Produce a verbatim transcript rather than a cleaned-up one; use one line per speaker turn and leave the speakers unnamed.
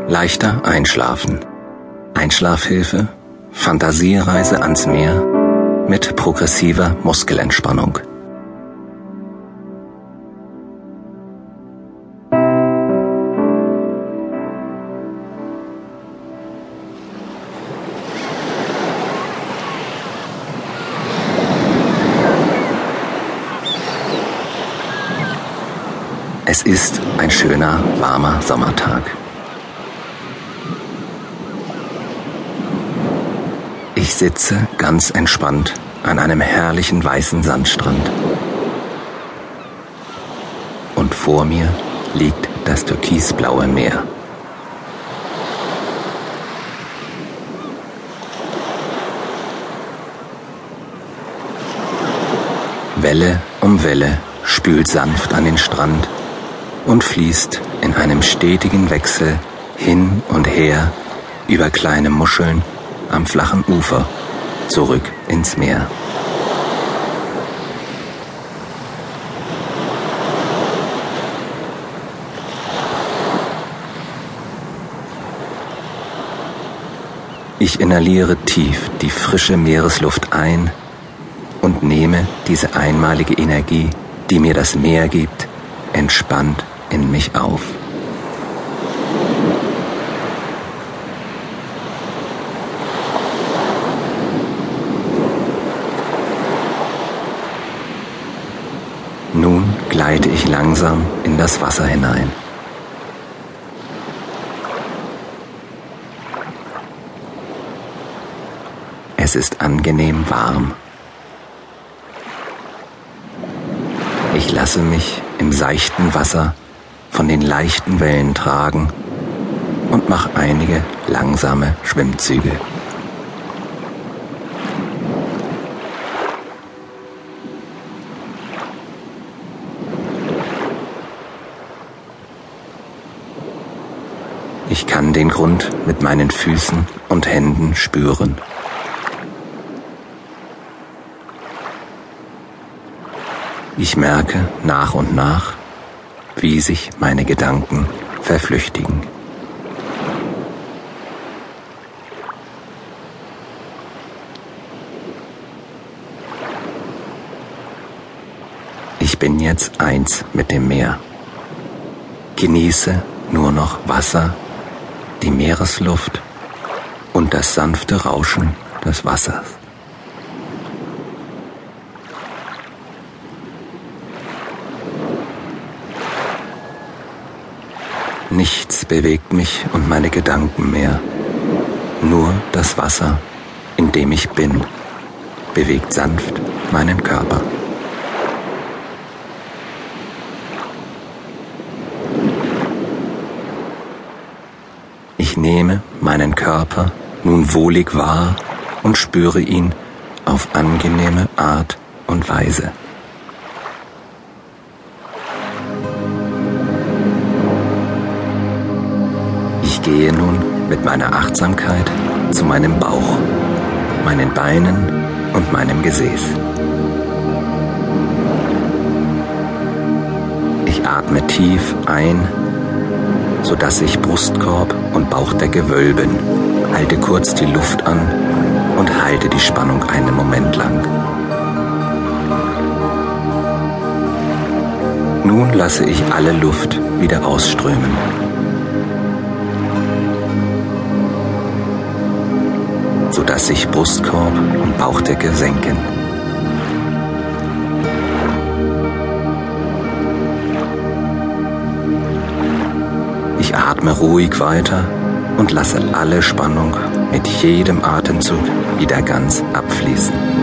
Leichter einschlafen. Einschlafhilfe, Fantasiereise ans Meer mit progressiver Muskelentspannung. Es ist ein schöner, warmer Sommertag. Ich sitze ganz entspannt an einem herrlichen weißen Sandstrand. Und vor mir liegt das türkisblaue Meer. Welle um Welle spült sanft an den Strand und fließt in einem stetigen Wechsel hin und her über kleine Muscheln am flachen Ufer zurück ins Meer. Ich inhaliere tief die frische Meeresluft ein und nehme diese einmalige Energie, die mir das Meer gibt, entspannt in mich auf. Nun gleite ich langsam in das Wasser hinein. Es ist angenehm warm. Ich lasse mich im seichten Wasser von den leichten Wellen tragen und mache einige langsame Schwimmzüge. Ich kann den Grund mit meinen Füßen und Händen spüren. Ich merke nach und nach, wie sich meine Gedanken verflüchtigen. Ich bin jetzt eins mit dem Meer. Genieße nur noch Wasser, die Meeresluft und das sanfte Rauschen des Wassers. Nichts bewegt mich und meine Gedanken mehr. Nur das Wasser, in dem ich bin, bewegt sanft meinen Körper. Ich nehme meinen Körper nun wohlig wahr und spüre ihn auf angenehme Art und Weise. Ich gehe nun mit meiner Achtsamkeit zu meinem Bauch, meinen Beinen und meinem Gesäß. Ich atme tief ein, sodass sich Brustkorb und Bauchdecke wölben, halte kurz die Luft an und halte die Spannung einen Moment lang. Nun lasse ich alle Luft wieder ausströmen. Sodass sich Brustkorb und Bauchdecke senken. Ich atme ruhig weiter und lasse alle Spannung mit jedem Atemzug wieder ganz abfließen.